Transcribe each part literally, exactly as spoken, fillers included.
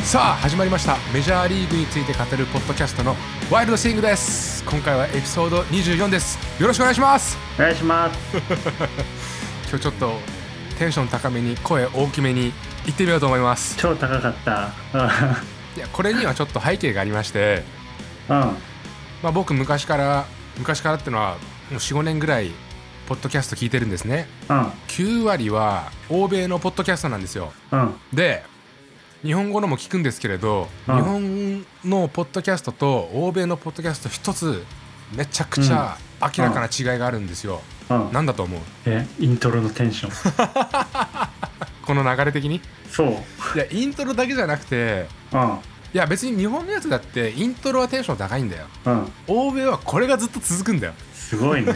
さあ始まりました。メジャーリーグについて語るポッドキャストのワイルドスイングです。今回はエピソードにじゅうよんです。よろしくお願いします。 お願いします今日ちょっとテンション高めに声大きめに言ってみようと思います。 超高かったいやこれにはちょっと背景がありまして、 うん、 まあ、僕昔から昔からっていうのはもう よん,ご 年ぐらいポッドキャスト聞いてるんですね、 うん、 きゅうわりは欧米のポッドキャストなんですよ、 うん、 で日本語のも聞くんですけれど、うん、日本のポッドキャストと欧米のポッドキャスト一つめちゃくちゃ明らかな違いがあるんですよ、うんうん、なんだと思う？ えイントロのテンションこの流れ的にそういやイントロだけじゃなくて、うん、いや別に日本のやつだってイントロはテンション高いんだよ、うん、欧米はこれがずっと続くんだよ。 すごいね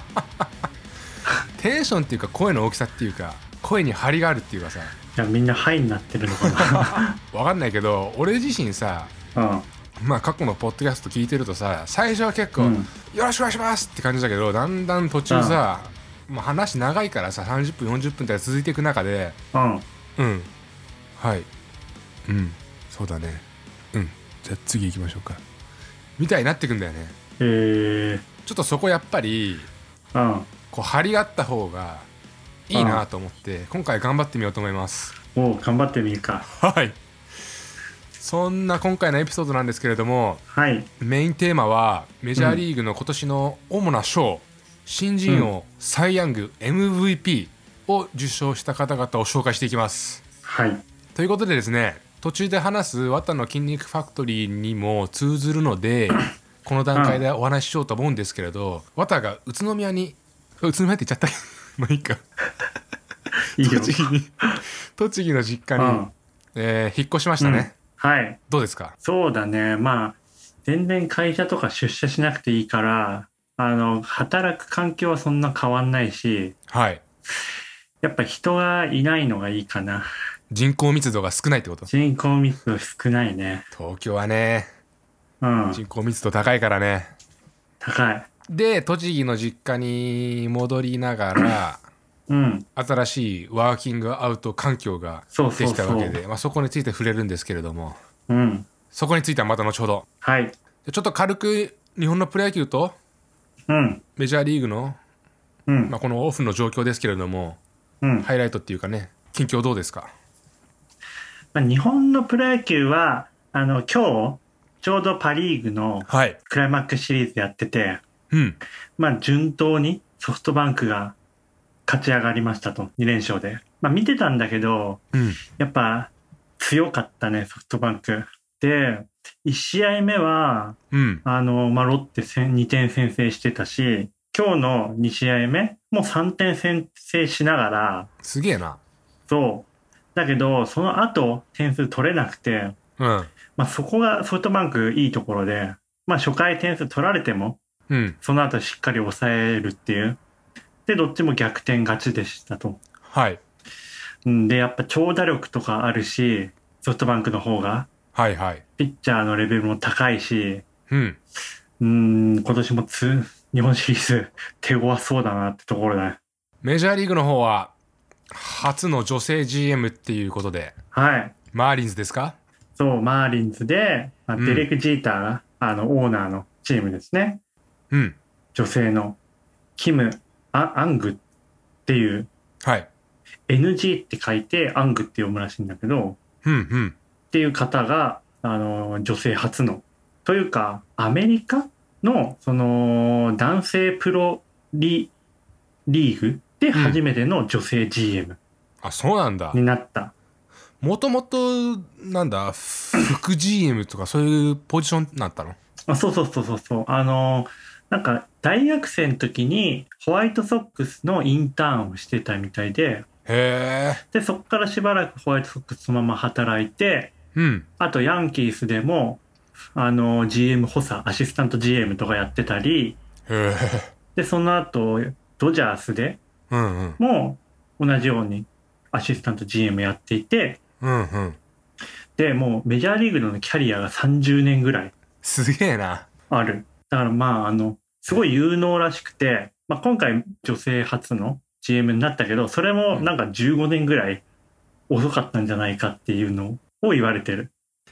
テンションっていうか声の大きさっていうか声に張りがあるっていうかさ、 いやみんなハイになってるのかなわかんないけど俺自身さ、うん、まあ過去のポッドキャスト聞いてるとさ最初は結構、うん、よろしくお願いしますって感じだけどだんだん途中さ、うん、まあ、話長いからささんじゅっぷんよんじゅっぷんって続いていく中でうんうんはいうんそうだねうんじゃあ次行きましょうかみたいになってくんだよね。 へーちょっとそこやっぱり、うん、こう張りがあった方がいいなと思って今回頑張ってみようと思います。 お頑張ってみるか。 はい、そんな今回のエピソードなんですけれども、はい、メインテーマはメジャーリーグの今年の主な賞、うん、新人王、うん、サイ・ヤング エムブイピー を受賞した方々を紹介していきます。はい、ということでですね途中で話す綿の筋肉ファクトリーにも通ずるのでこの段階でお話ししようと思うんですけれど、綿が宇都宮に宇都宮って言っちゃったまあいいかいいよ栃木に栃木の実家に、うんえー、引っ越しましたね、 うん、はいどうですか？ そうだねまあ全然会社とか出社しなくていいからあの働く環境はそんな変わんないし、はい、やっぱ人がいないのがいいかな。 人口密度が少ないってこと？ 人口密度少ないね。 東京はね、うん、人口密度高いからね。 高い。 で栃木の実家に戻りながら、うん、新しいワーキングアウト環境ができたわけで、そうそうそう、まあ、そこについて触れるんですけれども、うん、そこについてはまた後ほど。はい。ちょっと軽く日本のプロ野球と、うん、メジャーリーグの、うんまあ、このオフの状況ですけれども、うん、ハイライトっていうかね近況どうですか？ まあ、日本のプロ野球はあの今日ちょうどパリーグのクライマックスシリーズやってて、はいうん、まあ順当にソフトバンクが勝ち上がりましたとに連勝で、まあ見てたんだけど、うん、やっぱ強かったねソフトバンクでいち試合目は、うん、あのまあロッテにてん先制してたし今日のに試合目もうさんてん先制しながらすげえな。 そうだけどその後点数取れなくて、うんまあ、そこがソフトバンクいいところで、まあ、初回点数取られてもうん、その後しっかり抑えるっていうでどっちも逆転勝ちでしたと。はいでやっぱ長打力とかあるしソフトバンクの方がはいはいピッチャーのレベルも高いしうんうん今年もつ日本シリーズ手強そうだなってところだね。 メジャーリーグの方は初の女性 ジーエム っていうことではいマーリンズですか？ そうマーリンズで、まあ、デレク・ジーターが、うん、あのオーナーのチームですね。うん、女性のキム・ア, アングっていう、はい、エヌジー って書いてアングって読むらしいんだけど、うんうん、っていう方があの女性初のというかアメリカのその男性プロ リ, リーグで初めての女性 ジーエム、うん、 あそうなんだになった。 もともとなんだ副 ジーエム とかそういうポジションになったの？ あそうそうそうそうそうあのなんか大学生の時にホワイトソックスのインターンをしてたみたいで、へーでそこからしばらくホワイトソックスそのまま働いて、うん、あとヤンキースでもあの ジーエム 補佐アシスタント ジーエム とかやってたり、へーでその後ドジャースでも同じようにアシスタント ジーエム やっていて、うんうん、でもうメジャーリーグのキャリアがさんじゅうねんぐらいすげえなある。だからまああのすごい有能らしくて、まあ、今回女性初の ジーエム になったけどそれもなんかじゅうごねんぐらい遅かったんじゃないかっていうのを言われてる。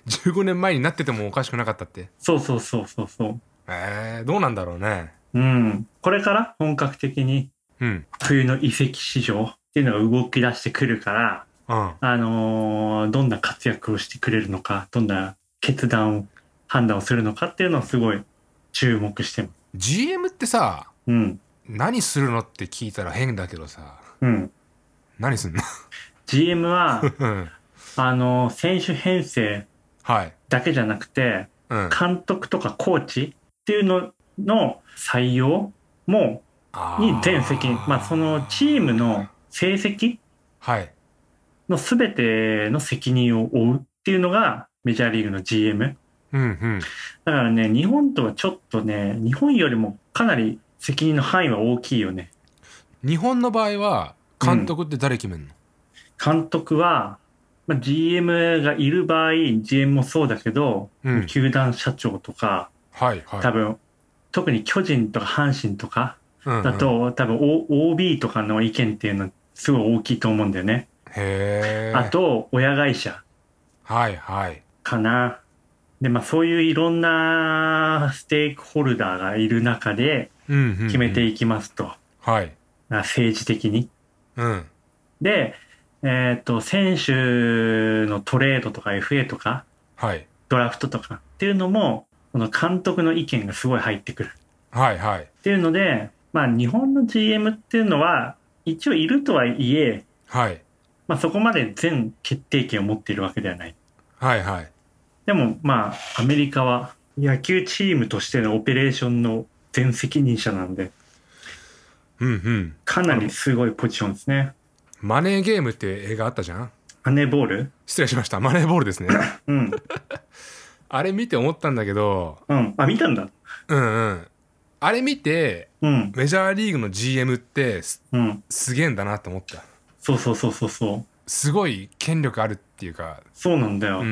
じゅうごねんまえになっててもおかしくなかったって。 そうそうそうそうそう。 えー、どうなんだろうね。 うん。これから本格的に、冬の移籍市場っていうのが動き出してくるから、うん、あのー、どんな活躍をしてくれるのか、どんな決断を、判断をするのかっていうのをすごい注目してます。 ジーエム ってさ、 うん、 何するのって聞いたら変だけどさ、 うん、 何すんの？ ジーエム は、あのー、選手編成だけじゃなくて、はい、監督とかコーチっていうのの採用も、に全責任、まあそのチームの成績の全ての責任を負うっていうのがメジャーリーグの ジーエム。うんうん、だからね、日本とはちょっとね、日本よりもかなり責任の範囲は大きいよね。 日本の場合は監督って誰決めんの？うん、 監督は、まあ、ジーエム がいる場合、ジーエム もそうだけど、うん、球団社長とか、はいはい、多分、特に巨人とか阪神とかだと、うんうん、多分 オービー とかの意見っていうのはすごい大きいと思うんだよね。へー。あと、親会社。はいはい。かな。で、まあそういういろんなステークホルダーがいる中で決めていきますと。うんうんうん、はい。政治的に。うん。で、えっと、選手のトレードとか エフエー とか、はい。ドラフトとかっていうのも、この監督の意見がすごい入ってくる。はいはい。っていうので、まあ日本の ジーエム っていうのは、一応いるとはいえ、はい。まあそこまで全決定権を持っているわけではない。はいはい。でもまあアメリカは野球チームとしてのオペレーションの全責任者なんで、うんうん。かなりすごいポジションですね。 マネーゲームって映画あったじゃん？ マネーボール？ 失礼しました。マネーボールですね。うん。あれ見て思ったんだけど。 うん。あ、見たんだ。 うんうん。あれ見て、うん、メジャーリーグの ジーエム ってす、うん、すげえんだなって思った。 そうそうそうそうそう。 すごい権力あるっていうか。 そうなんだよ。 うんうん。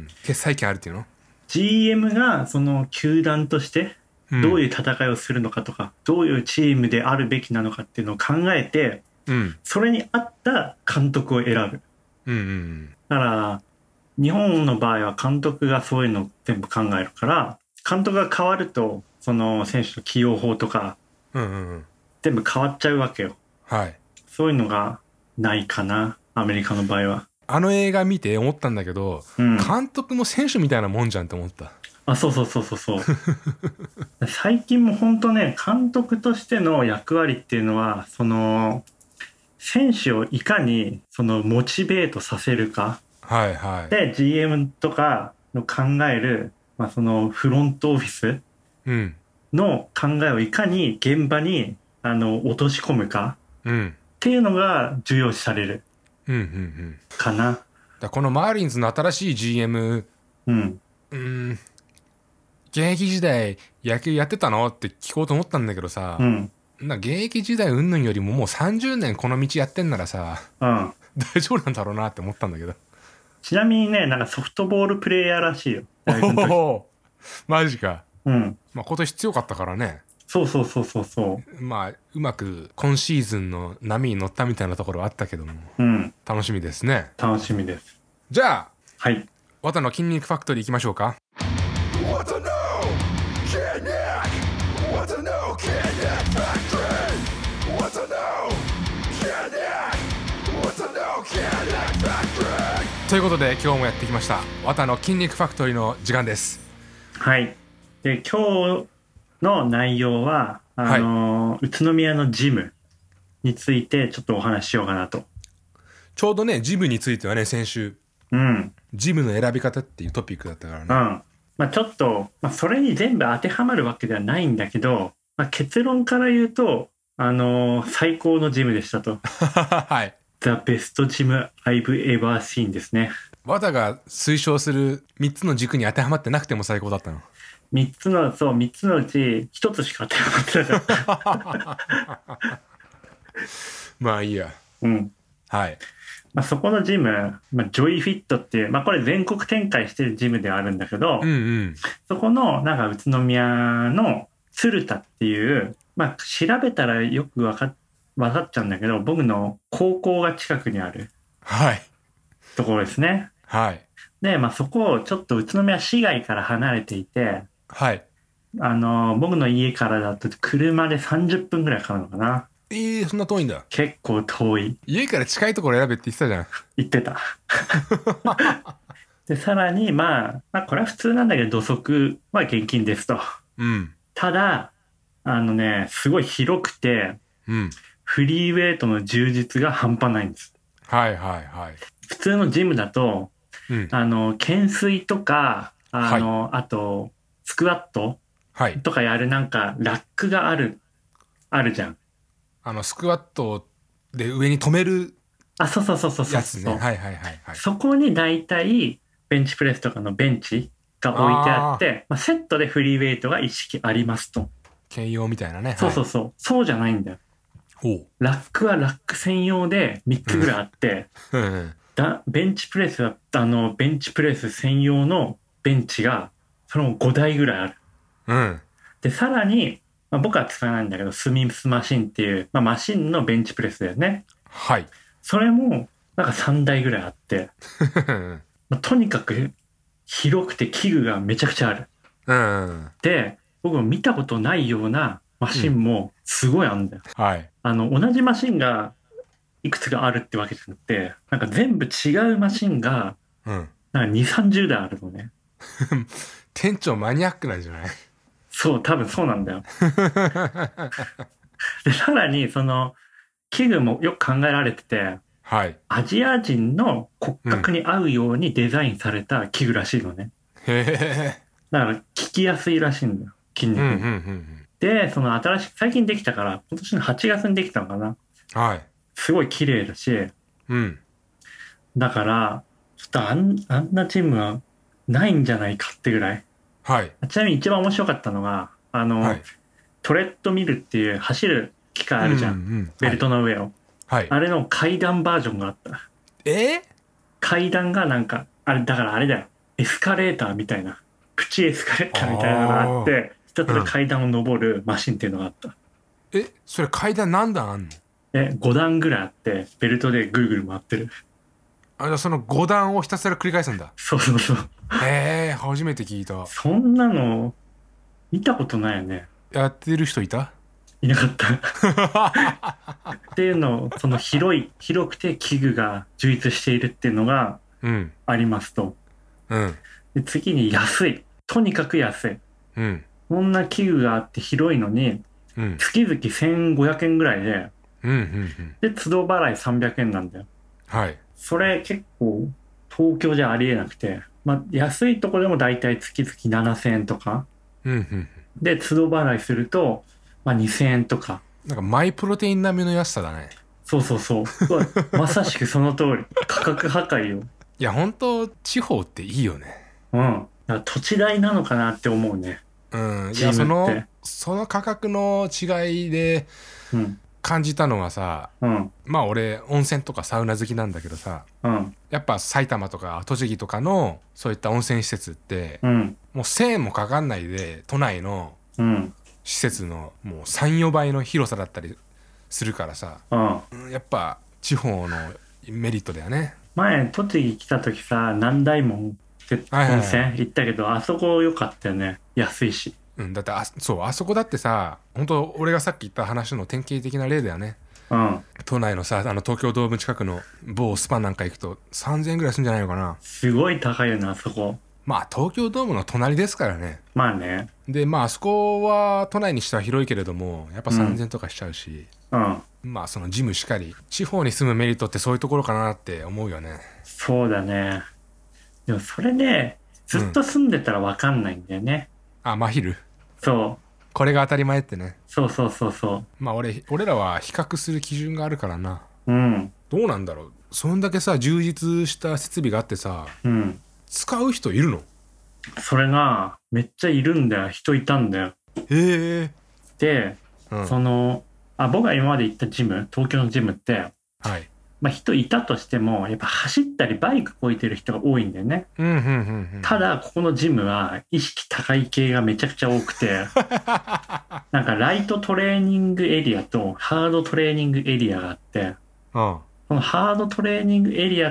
決裁権あるっていうの？ ジーエム がその球団としてどういう戦いをするのかとか、うん、どういうチームであるべきなのかっていうのを考えて、うん、それに合った監督を選ぶ。うんうん、だから日本の場合は監督がそういうのを全部考えるから、監督が変わるとその選手の起用法とか、うんうんうん、全部変わっちゃうわけよ。はい。そういうのがないかな、アメリカの場合は。 あの映画見て思ったんだけど、うん、監督も選手みたいなもんじゃんって思った。 あ、そうそうそうそうそう。最近も本当ね、監督としての役割っていうのは、その選手をいかにそのモチベートさせるか。はいはい。で ジーエム とかの考える、まあ、そのフロントオフィスの考えをいかに現場にあの落とし込むかっていうのが重要視されるかな。うんうんうん、 だこのマーリンズの新しい ジーエム、うん、うーん現役時代野球やってたのって聞こうと思ったんだけどさ、うん、な現役時代云々よりももうさんじゅうねんこの道やってんならさ、うん、大丈夫なんだろうなって思ったんだけど。 ちなみにね、なんかソフトボールプレイヤーらしいよ。 おお、マジか。うん。まあ今年強かったからね。 そうそうそうそうそう。 まあうまく今シーズンの波に乗ったみたいなところはあったけども、うん、楽しみですね。 楽しみです。 じゃあ、はい。綿の筋肉ファクトリー行きましょうか。綿の筋肉、綿の筋肉ファクトリー、綿の筋肉、綿の筋肉ファクトリー。ということで今日もやってきました綿の筋肉ファクトリーの時間です。 はい。で今日の内容はあの、はい、宇都宮のジムについてちょっとお話ししようかなと。 ちょうどねジムについてはね先週、うん、ジムの選び方っていうトピックだったからね。うん。 まあ、ちょっと、まあ、それに全部当てはまるわけではないんだけど、まあ、結論から言うとあのー、最高のジムでしたと。はい。The best gym I've ever seen ですね。 和田が推奨するみっつの軸に当てはまってなくても最高だったの。 みっつの、そう、みっつのうちひとつしか当てはまってなかった。 まあいいや。うん。はい。 まあ、そこのジム、まあ、ジョイフィットっていう、まあこれ全国展開してるジムではあるんだけど、うんうん、そこのなんか宇都宮の鶴田っていう、まあ調べたらよくわか、わかっちゃうんだけど、僕の高校が近くにある。はい。ところですね。はい。 で、まあそこをちょっと宇都宮市街から離れていて、 はい。 あの、僕の家からだと車でさんじゅっぷんぐらいかかるのかな。 ええー、そんな遠いんだ。 結構遠い。 家から近いところ選べって言ってたじゃん。 言ってた。で、さらに、まあ、まあ、これは普通なんだけど、土足は現金ですと。 うん。 ただ、あのね、すごい広くて、 うん。 フリーウェイトの充実が半端ないんです。 はいはいはい。 普通のジムだと、うん、あの、懸垂とか、あの、はい、あと、スクワットとかやるなんか、ラックがある、あるじゃん。 あの、スクワットで上に止めるあ、そうそうそうそうそう。 やつね。はいはいはい、はい。 そこに大体、ベンチプレスとかのベンチが置いてあって、あまあ、セットでフリーウェイトが一式ありますと。 兼用みたいなね。 そうそうそう。はい、そうじゃないんだよ。ラックはラック専用でみっつぐらいあって、うんうん、だベンチプレスは、あの、ベンチプレス専用のベンチが、そのごだいぐらいある。うん、で、さらに、まあ、僕は使わないんだけど、スミスマシンっていう、まあ、マシンのベンチプレスだよね。 はい。 それも、なんかさんだいぐらいあって、まあ、とにかく広くて器具がめちゃくちゃある。うん、で、僕も見たことないようなマシンもすごいあるんだよ。 うん、はい。 あの、同じマシンがいくつかあるってわけじゃなくて、なんか全部違うマシンが、なんかに、さんじゅうだいあるのね。 店長マニアックなんじゃない？ そう、多分そうなんだよ。で、さらに、その、器具もよく考えられてて、はい、アジア人の骨格に合うようにデザインされた器具らしいのね。へえ。だから、効きやすいらしいんだよ、筋肉に。うんうんうん、で、その新しく、最近できたから、今年のはちがつにできたのかな。はい。すごい綺麗だし、うん。だから、ちょっとあん、あんなチームはないんじゃないかってぐらい。はい。ちなみに一番面白かったのが、あの、はい、トレッドミルっていう走る機械あるじゃん。うんうん、ベルトの上を。はい。あれの階段バージョンがあった。えー、階段がなんか、あれ、だからあれだよ。エスカレーターみたいな。プチエスカレーターみたいなのがあって、ひたすら階段を登るマシンっていうのがあった。 うん、え、それ階段何段あんの？ え、ごだんぐらいあって、ベルトでぐるぐる回ってる。 あ、じゃあそのごだんをひたすら繰り返すんだ。 そうそうそう。 へえ、初めて聞いた。 そんなの、見たことないよね。 やってる人いた？ いなかった。っていうのを、その広い、広くて器具が充実しているっていうのがありますと。うん。で、次に安い。とにかく安い。うん。こんな器具があって広いのに、うん、月々せんごひゃくえんぐらいで、うんうんうん、で、都度払いさんびゃくえんなんだよ。はい。それ結構、東京じゃありえなくて、まあ、安いところでもだいたい月々ななせんえんとか。うんうん、で、都度払いすると、まあ、にせんえんとか。 なんかマイプロテイン並みの安さだね。 そうそうそう。まさしくその通り。価格破壊よ。 いや、本当地方っていいよね。 うん。だから土地代なのかなって思うね。 うん。いや、その、その価格の違いで感じたのはさ、うん、まあ俺、温泉とかサウナ好きなんだけどさ、うん、やっぱ埼玉とか栃木とかのそういった温泉施設って、うん、もうせんえんもかかんないで、都内の、うん施設のもうさん、よんばいの広さだったりするからさ、うん、やっぱ地方のメリットだよね。 前栃木来た時さ、南大門って温泉行ったけど、あそこ良かったよね。安いし。 うん、だってあそうあそこだってさ、本当俺がさっき言った話の典型的な例だよね。うん、都内のさ、あの東京ドーム近くの某スパなんか行くとさんぜんえんぐらいするんじゃないのかな。 すごい高いよね、あそこ。 まあ東京ドームの隣ですからね。 まあね。 でまああそこは都内にしては広いけれどもやっぱさんぜんえんとかしちゃうし、うん、まあそのジムしかり地方に住むメリットってそういうところかなって思うよね。 そうだね。でもそれでずっと住んでたら分かんないんだよね。 うん、あ、マヒル。 そう。 これが当たり前ってね。 そうそうそうそう。 まあ俺俺らは比較する基準があるからな。 うん。 どうなんだろう。そんだけさ充実した設備があってさ、うん、使う人いるの？ それがめっちゃいるんだよ。人いたんだよ。 へえ。 で、うん、そのあ僕が今まで行ったジム、東京のジムって、はい、まあ人いたとしてもやっぱ走ったりバイクこいてる人が多いんだよね。うんうんうんうん、ただここのジムは意識高い系がめちゃくちゃ多くて、なんかライトトレーニングエリアとハードトレーニングエリアがあって、うん、このハードトレーニングエリア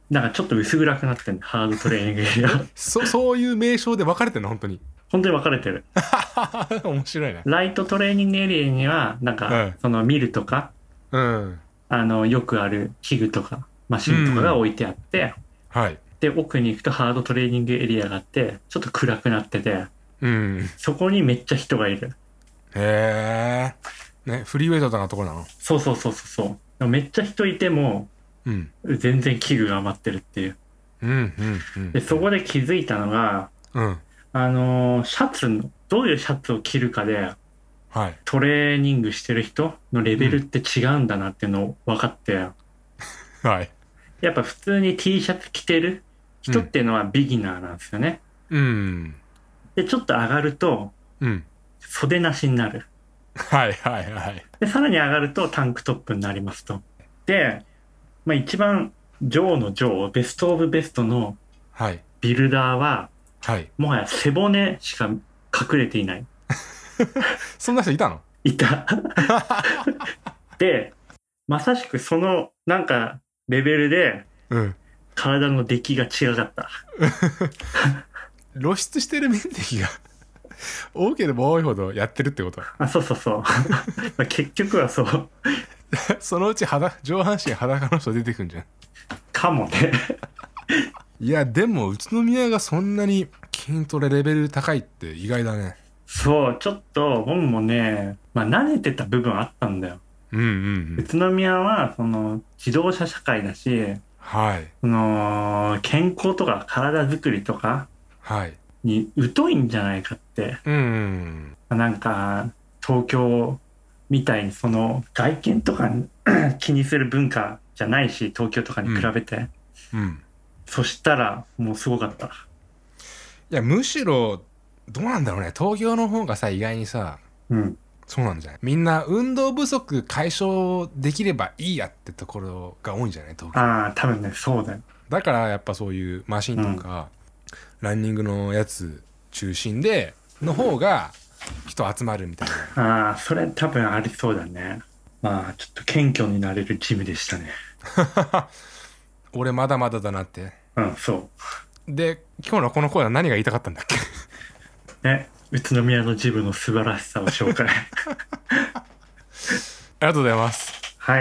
なんかちょっと薄暗くなってんの、ハードトレーニングエリア。 そそういう名称で分かれてんの本当に。 本当に分かれてる。 面白いな。 ライトトレーニングエリアにはなんか、うん、そのミルとか、 うん、 あのよくある器具とかマシンとかが置いてあって、 うん、はい。 で奥に行くとハードトレーニングエリアがあってちょっと暗くなってて、 うん、 そこにめっちゃ人がいる。 へえ。ね、フリーウェイトとかのところなの？ そうそうそうそうそう。めっちゃ人いても、うん、全然器具が余ってるっていう。 うんうんうん、 でそこで気づいたのが、 うん、 あのー、シャツのどういうシャツを着るかで、 はい、 トレーニングしてる人のレベルって違うんだなっていうのを分かって、うん、 はい。 やっぱ普通に T シャツ着てる人っていうのはビギナーなんですよね。 うん。 でちょっと上がると、うん、袖なしになる。 はいはいはい。 でさらに上がるとタンクトップになりますと。で、まあ、一番上の上ベストオブベストのビルダーは、はい、もはや背骨しか隠れていない。 そんな人いたの？ いた。でまさしくそのなんかレベルで、うん、体の出来が違かった。 露出してる面積が多ければ多いほどやってるってこと？ あ、そうそうそう。結局はそう。 そのうち裸上半身裸の人出てくんじゃん。 かもね。 いやでも宇都宮がそんなに筋トレレベル高いって意外だね。 そう、ちょっと僕もね、まあ慣れてた部分あったんだよ。 うんうんうん、 宇都宮はその自動車社会だし、 はい、 その健康とか体作りとかに疎いんじゃないかって、 うんうんうん、なんか東京みたいにその外見とか気にする文化じゃないし、東京とかに比べて、うんうん、そしたらもうすごかった。 いやむしろどうなんだろうね、東京の方がさ意外にさ、うん、そうなんじゃない？みんな運動不足解消できればいいやってところが多いんじゃない？東京。 ああ多分ね、そうだよ。 だからやっぱそういうマシンとか、うん、ランニングのやつ中心での方が人集まるみたいな。ああそれ多分ありそうだね。まあちょっと謙虚になれるジムでしたね。 俺まだまだだなって。 うんそう。 で今日のこのコーナー何が言いたかったんだっけ？ ね、宇都宮のジムの素晴らしさを紹介。ありがとうございます。 はい。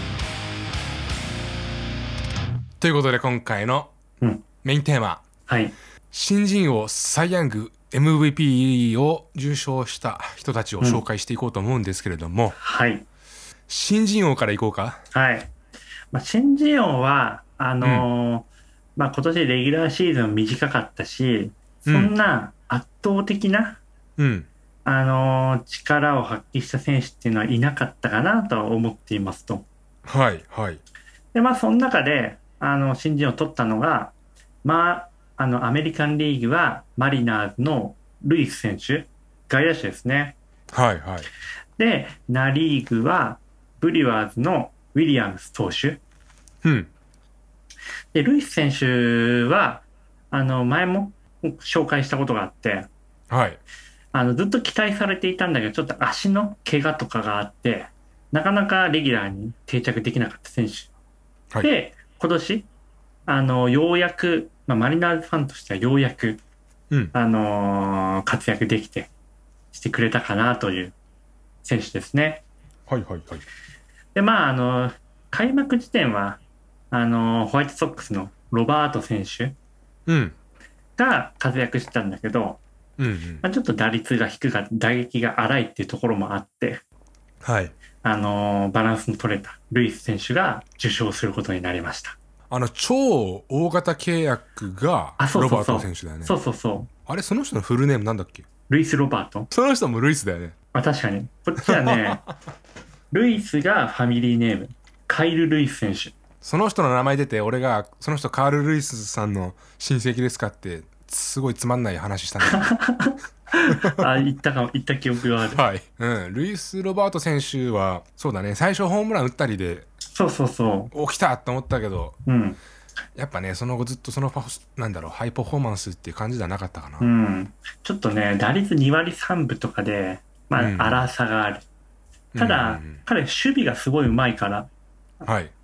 ということで今回のメインテーマ、 うん、はい、 新人王サイ・ヤング エムブイピー を受賞した人たちを紹介していこうと思うんですけれども、うん、 はい、 新人王からいこうか。 はい、まあ、新人王はあのーうんまあ、今年レギュラーシーズン短かったし、そんな圧倒的な、うん、あのー、力を発揮した選手っていうのはいなかったかなとは思っていますと。 はいはい。 でまあその中であの新人を取ったのが、まああのアメリカンリーグはマリナーズのルイス選手、外野手ですね。 はいはい。 でナリーグはブリュワーズのウィリアムス投手。うん。でルイス選手はあの前も紹介したことがあって、 はい、 あのずっと期待されていたんだけどちょっと足の怪我とかがあってなかなかレギュラーに定着できなかった選手、はい、で今年あのようやく、まあ、マリナーズファンとしてはようやく、うんあのー、活躍できてしてくれたかなという選手ですね。 はいはいはい。 でまああの開幕時点はあのホワイトソックスのロバート選手、うんが活躍してたんだけど、うんうんまあ、ちょっと打率が低かった、打撃が荒いっていうところもあって、はい、あのー、バランスの取れたルイス選手が受賞することになりました。 あの超大型契約がロバート選手だよね。 そうそうそう。 あれその人のフルネームなんだっけ？ ルイス・ロバート。 その人もルイスだよね。 あ確かにこっちはねルイスがファミリーネーム、カイル・ルイス選手。 その人の名前出て俺がその人カール・ルイスさんの親戚ですかってすごいつまんない話したんだあ言ったかも、言った記憶がある。 はい、うん、ルイス・ロバート選手はそうだね、最初ホームラン打ったりでそうそうそう起きたと思ったけど、うん、やっぱねその後ずっとそのパフなんだろうハイパフォーマンスっていう感じじゃなかったかな。 うん、ちょっとね打率にわりさんぶとかでまあ、うん、荒さがある。ただ、うんうんうん、彼守備がすごい上手いから、はい、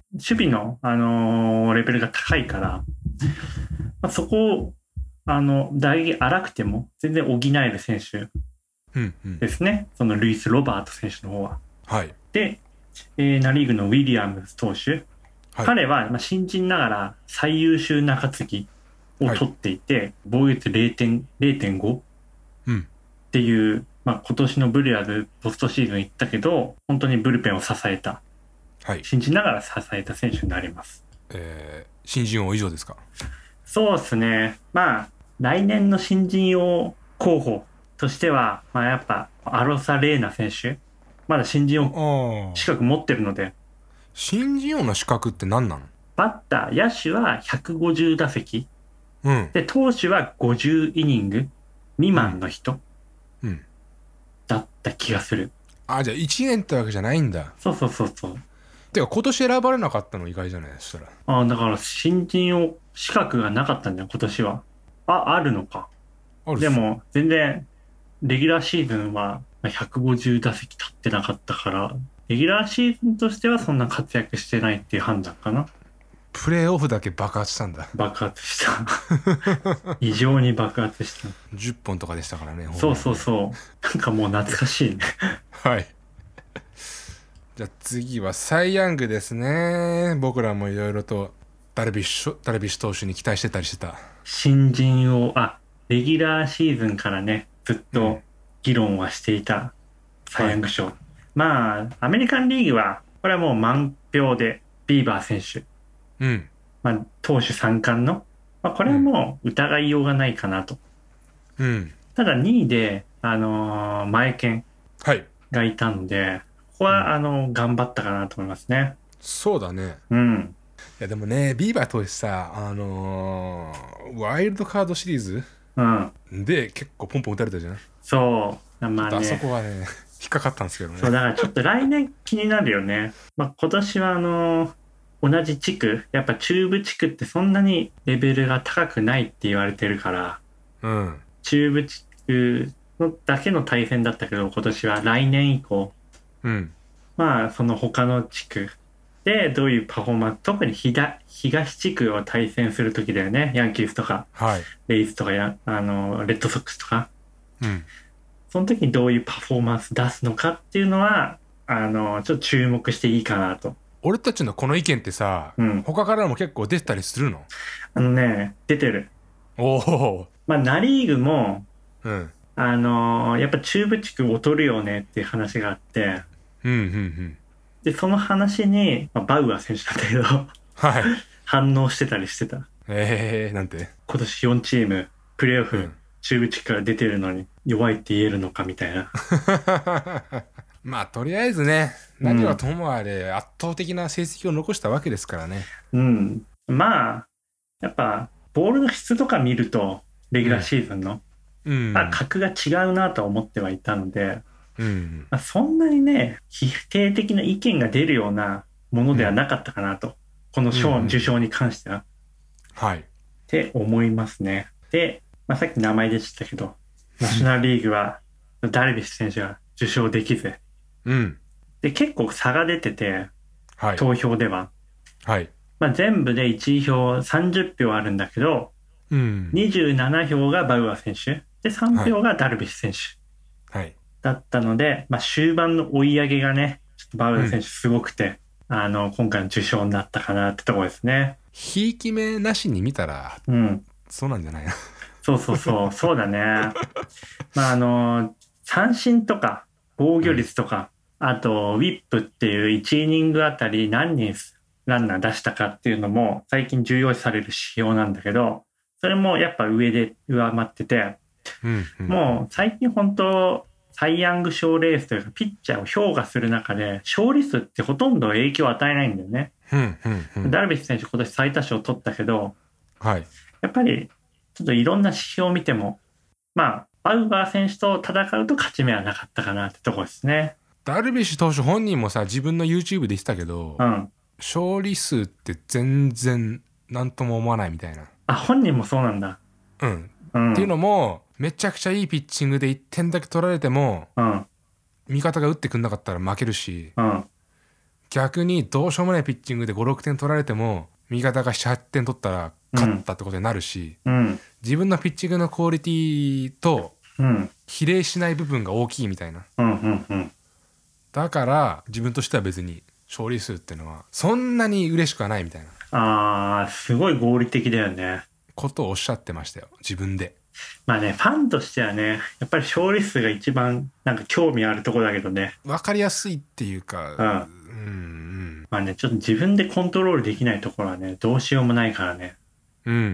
守備の、あのーレベルが高いから、まあ、そこを、あの、打撃荒くても全然補える選手ですね。うんうん、そのルイス・ロバート選手の方は。 はい。 で、えー、ナ・リーグのウィリアムズ投手。はい、彼は、まあ、新人ながら最優秀中継ぎを取っていて、はい、防御率 れいてんご っていう、まあ、今年のブルーアズポストシーズン行ったけど、本当にブルペンを支えた。はい、新人ながら支えた選手になります。 えー、新人王以上ですか？ そうですね。まあ、来年の新人王候補としては、まあやっぱ、アロサ・レーナ選手。まだ新人王資格持ってるので。 新人王の資格って何なの？ バッター、野手はひゃくごじゅう打席。うん。で、投手はごじゅうイニング未満の人。うん。だった気がする。 あ、じゃあいちねんってわけじゃないんだ。 そうそうそうそう。 てか今年選ばれなかったの意外じゃない？そしたら。 ああ、だから新人王資格がなかったんだよ、今年は。あ、あるのか。あるでも、全然、レギュラーシーズンはひゃくごじゅう打席立ってなかったから、レギュラーシーズンとしてはそんな活躍してないっていう判断かな。 プレーオフだけ爆発したんだ。 爆発した。異常に爆発した。 じゅっぽんとかでしたからね。 そうそうそう。なんかもう懐かしいね。 はい。じゃあ次はサイ・ヤングですね。僕らもいろいろとダルビッシュ、ダルビッシュ投手に期待してたりしてた。 新人を、あ、レギュラーシーズンからね、ずっと議論はしていたサイ・ヤング賞。はい、まあ、アメリカンリーグは、これはもう満票で、ビーバー選手。うん。まあ、投手三冠の、まあ、これはもう疑いようがないかなと。うん。ただにいで、あのー、前剣がいたので、はい、ここは、うん、あのー、頑張ったかなと思いますね。 そうだね。 うん。 いやでもね、ビーバー投手さ、あのー、ワイルドカードシリーズ、うん、で結構ポンポン打たれたじゃん。 そう。まあね、 あそこはね、引っかかったんですけどね。 そうだからちょっと来年気になるよね。まあ今年はあのー、同じ地区、やっぱ中部地区ってそんなにレベルが高くないって言われてるから、うん、中部地区のだけの対戦だったけど、今年は来年以降、うん、まあその他の地区でどういうパフォーマンス、特に東、東地区を対戦するときだよね。ヤンキースとか、はい、レイズとかや、あの、レッドソックスとか。うん、その時にどういうパフォーマンス出すのかっていうのは、あの、ちょっと注目していいかなと。 俺たちのこの意見ってさ、うん、他からも結構出てたりするの？ あのね、出てる。おお。まあ、ナリーグも、うん、あのー、やっぱ中部地区劣るよねっていう話があって、うんうんうん。で、その話に、まあ、バウアー選手なんだけど、はい。反応してたりしてた。 ええー、なんて？ 今年よんチーム、プレーオフ、うん、中部地区から出てるのに弱いって言えるのかみたいな。 まあとりあえずね、何はともあれ圧倒的な成績を残したわけですからね。 うん。まあやっぱボールの質とか見るとレギュラーシーズンの、うん、あ格が違うなと思ってはいたので、うんまあ、そんなにね否定的な意見が出るようなものではなかったかなと、うん、この賞、うん、受賞に関しては。はい。って思いますね。で、まあ、さっき名前でしたけど、ナショナルリーグはダルビッシュ選手が受賞できず。うん、で結構差が出てて、はい、投票では、はいまあ、全部でいちい票さんじゅっぴょうあるんだけど、うん、にじゅうなな票がバウアー選手でさん票がダルビッシュ選手、はい、だったので、まあ、終盤の追い上げがねちょっとバウアー選手すごくて、うん、あの今回の受賞になったかなってところですね。 ひいき目なしに見たら、うん、そうなんじゃないの？ そうそうそうそうだね。まああの三振とか防御率とか、うん、あとウィップっていういちイニングあたり何人ランナー出したかっていうのも最近重要視される指標なんだけど、それもやっぱ上で上回ってて、うんうん、もう最近本当サイ・ヤング賞レースというかピッチャーを評価する中で勝利数ってほとんど影響を与えないんだよね、うんうんうん、ダルビッシュ選手今年最多勝取ったけど、はい、やっぱりちょっといろんな指標を見てもまあバウアー選手と戦うと勝ち目はなかったかなってとこですね。 ダルビッシュ投手本人もさ自分の YouTube で言ってたけど、うん、勝利数って全然何とも思わないみたいな。 あ、本人もそうなんだ。 うん、うん、っていうのもめちゃくちゃいいピッチングでいってんだけ取られても、うん、味方が打ってくんなかったら負けるし、うん、 逆にどうしようもないピッチングでごろくてん取られても味方がななはちてん取ったら勝ったってことになるし、うん、自分のピッチングのクオリティと比例しない部分が大きいみたいな、うんうんうん、だから自分としては別に勝利数っていうのはそんなに嬉しくはないみたいな、 あーすごい合理的だよねことをおっしゃってましたよ自分で。 まあね、ファンとしてはね、やっぱり勝利数が一番なんか興味あるところだけどね。 分かりやすいっていうか、うん、うんうん。まあね、ちょっと自分でコントロールできないところはね、どうしようもないからね。 うんうんうん。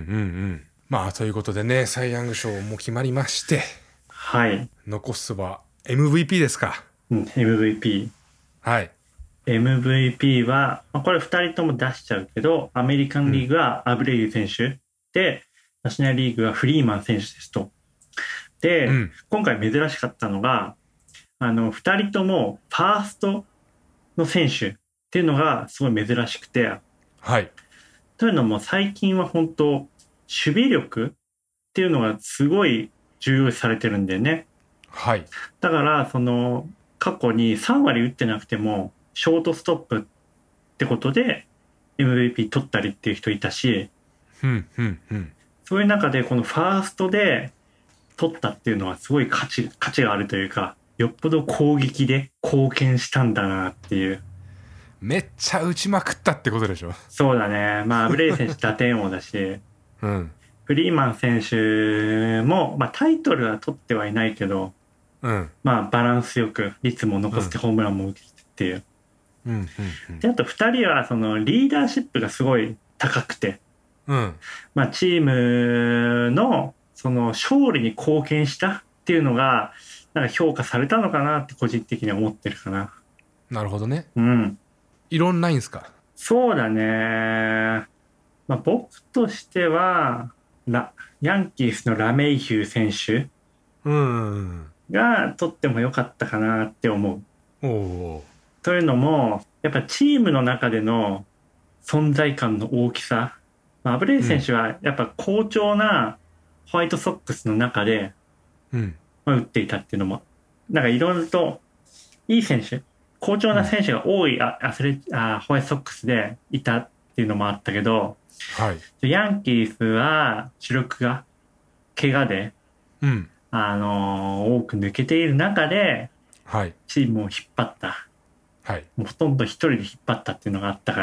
まあということでね、サイ・ヤング賞も決まりまして、 はい。 残すは エムブイピー ですか。 うん、エムブイピー。はい。 エムブイピー は、まあ、これふたりとも出しちゃうけど、アメリカンリーグはアブレイユ選手、うん、で、ナショナルリーグはフリーマン選手ですと。で、うん、今回珍しかったのが、あの、二人ともファーストの選手っていうのがすごい珍しくて、 はい。 というのも最近は本当、守備力っていうのがすごい重要視されてるんだよね。 はい。 だから、その、過去にさんわり打ってなくても、ショートストップってことで エムブイピー 取ったりっていう人いたし、 うんうんうん、 そういう中でこのファーストで取ったっていうのはすごい価値、価値があるというか、よっぽど攻撃で貢献したんだなっていう。 めっちゃ打ちまくったってことでしょ。 そうだね。まあアブレイ選手打点王だし、 うん、 フリーマン選手も、まあ、タイトルは取ってはいないけど、 うん、 まあバランスよく率も残してホームランも打ってっていう。 うんうんうん、 であとふたりはそのリーダーシップがすごい高くて、 うんまあ、チームのその勝利に貢献したっていうのがなんか評価されたのかなって個人的には思ってるかな。 なるほどね。 うん。 異論ないんすか？ そうだね。まあ、僕としてはラヤンキースのラメイヒュー選手が取ってもよかったかなって思う。おー。 というのもやっぱチームの中での存在感の大きさ、まあ、アブレイ選手はやっぱ好調なホワイトソックスの中で、 うんまあ、打っていたっていうのもなんかいろいろといい選手、好調な選手が多い、うん、アスレあホワイトソックスでいたっていうのもあったけど、 はい、 ヤンキースは主力が怪我で、 うん、 あのー、多く抜けている中で、 はい、 チームを引っ張った、 はい、 もうほとんど一人で引っ張ったっていうのがあったから、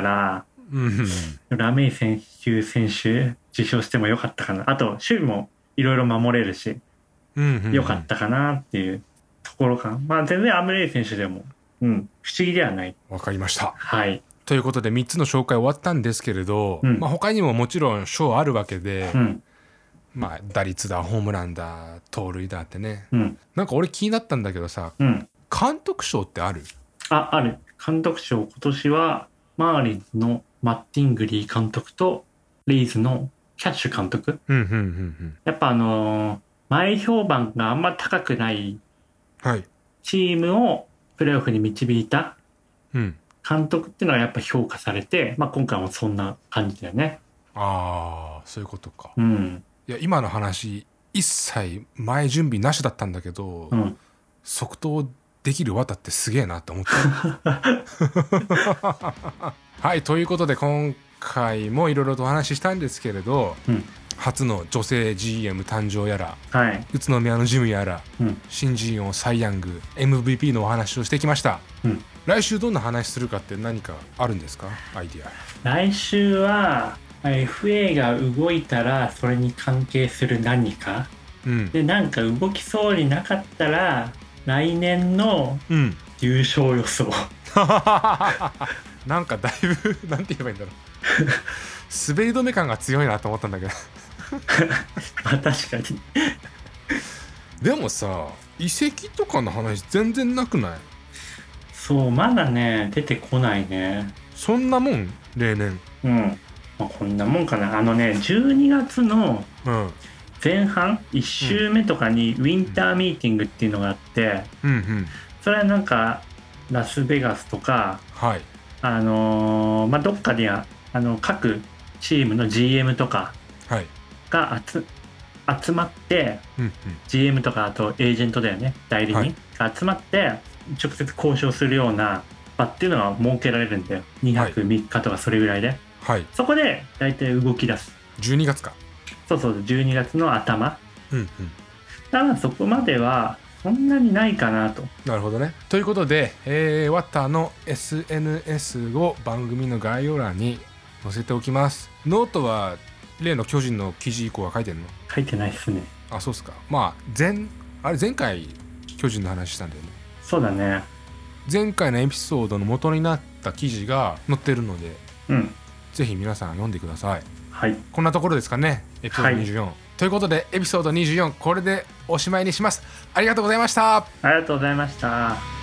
うん、 ラメイ選手選手受賞してもよかったかな。あと守備もいろいろ守れるし、 うんうんうん、 よかったかなっていうところかな。まあ全然アブレイ選手でも、うん、不思議ではない。 わかりました。 はい。 ということでみっつの紹介終わったんですけれど、うん、まあ、他にももちろん賞あるわけで、うん、まあ打率だホームランだ盗塁だってね、うん、なんか俺気になったんだけどさ、うん、監督賞ってある？ あ、ある。監督賞今年はマーリンズのマッティングリー監督とレイズのキャッシュ監督、 うんうんうんうん、 やっぱあのー、前評判があんま高くないチームをプレーオフに導いた監督っていうのはやっぱ評価されて、まあ、今回もそんな感じだよね。 ああ、そういうことか。 うん、 いや今の話一切前準備なしだったんだけど、うん、即答できる綿ってすげえなって思ったはい、ということで今回もいろいろとお話ししたんですけれど、うん、初の女性 ジーエム 誕生やら、はい、宇都宮のジムやら、うん、新人王サイ・ヤング エムブイピー のお話をしてきました、うん、来週どんな話するかって何かあるんですか？アイディア。 来週は エフエー が動いたらそれに関係する何か、うん、でなんか動きそうになかったら来年の優勝予想、うん、 なんかだいぶなんて言えばいいんだろう滑り止め感が強いなと思ったんだけどまあ確かにでもさ移籍とかの話全然なくない？ そうまだね出てこないね。 そんなもん例年。 うん、まあ、こんなもんかな。あのねじゅうにがつの前半いっ週目とかにウィンターミーティングっていうのがあって、うんうん、それはなんかラスベガスとか、はい、あのー、まあどっかにはあの各チームの ジーエム とかが集、はい、集まって、うんうん、ジーエム とかあとエージェントだよね代理人が集まって直接交渉するような場っていうのが設けられるんだよ。にはくみっかとかそれぐらいで、 はい、 そこで大体動き出す。 じゅうにがつか。 そうそう、じゅうにがつの頭。 うんうん。 だからそこまではそんなにないかなと。 なるほどね。ということで、えー、ワッターの エスエヌエス を番組の概要欄に載せておきます。ノートは例の巨人の記事以降は書いてんの？ 書いてないですね。 あ、そうっすか。まあ前あれ前回巨人の話したんだよね。 そうだね。 前回のエピソードの元になった記事が載ってるので、 うん、 ぜひ皆さん読んでください。 はい。 こんなところですかね。エピソードにじゅうよん、はい、ということでエピソードにじゅうよんこれでおしまいにします。ありがとうございました。 ありがとうございました。